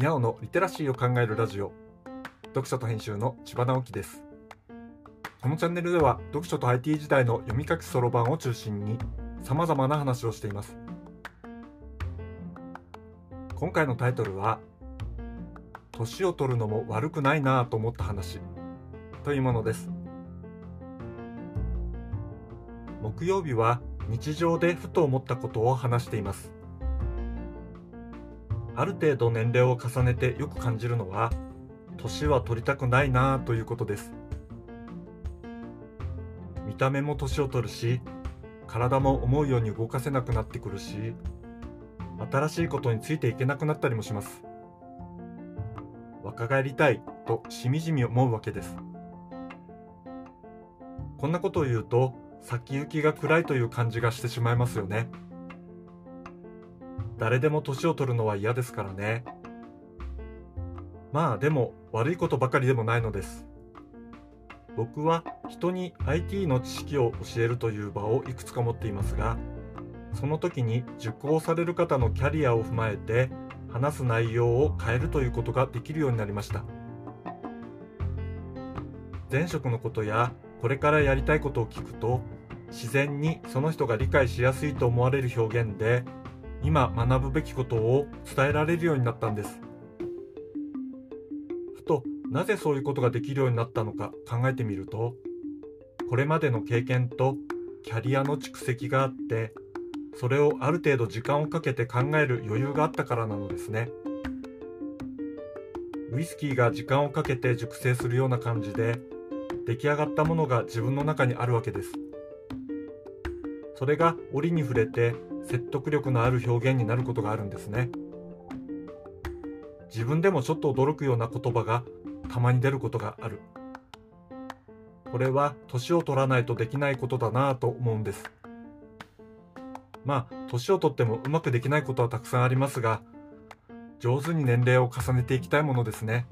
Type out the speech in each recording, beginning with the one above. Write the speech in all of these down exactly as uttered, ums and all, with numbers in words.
にゃおのリテラシーを考えるラジオ、読書と編集の千葉直樹です。このチャンネルでは読書と アイティー 時代の読み書きそろばんを中心に様々な話をしています。今回のタイトルは年を取るのも悪くないなぁと思った話というものです。木曜日は日常でふと思ったことを話しています。ある程度年齢を重ねてよく感じるのは、年は取りたくないなぁということです。見た目も年を取るし、体も思うように動かせなくなってくるし、新しいことについていけなくなったりもします。若返りたいとしみじみ思うわけです。こんなことを言うと、先行きが暗いという感じがしてしまいますよね。誰でも年を取るのは嫌ですからね。まあでも悪いことばかりでもないのです。僕は人に アイティー の知識を教えるという場をいくつか持っていますが、その時に受講される方のキャリアを踏まえて話す内容を変えるということができるようになりました。前職のことやこれからやりたいことを聞くと、自然にその人が理解しやすいと思われる表現で、今学ぶべきことを伝えられるようになったんです。ふとなぜそういうことができるようになったのか考えてみると、これまでの経験とキャリアの蓄積があって、それをある程度時間をかけて考える余裕があったからなのですね。ウイスキーが時間をかけて熟成するような感じで、出来上がったものが自分の中にあるわけです。それが折に触れて説得力のある表現になることがあるんですね。自分でもちょっと驚くような言葉がたまに出ることがある。これは年を取らないとできないことだなぁと思うんです。まあ年を取ってもうまくできないことはたくさんありますが、上手に年齢を重ねていきたいものですね。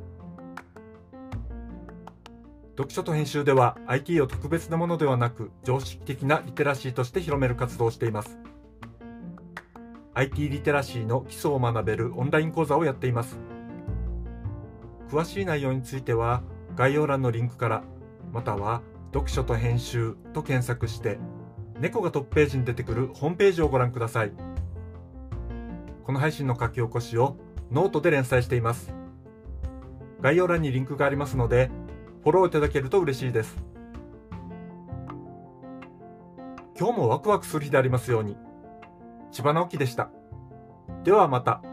読書と編集では アイティー を特別なものではなく常識的なリテラシーとして広める活動をしています。アイティー リテラシーの基礎を学べるオンライン講座をやっています。詳しい内容については概要欄のリンクから、または読書と編集と検索して猫がトップページに出てくるホームページをご覧ください。この配信の書き起こしをノートで連載しています。概要欄にリンクがありますのでフォローいただけると嬉しいです。今日もワクワクする日でありますように。千葉直樹でした。ではまた。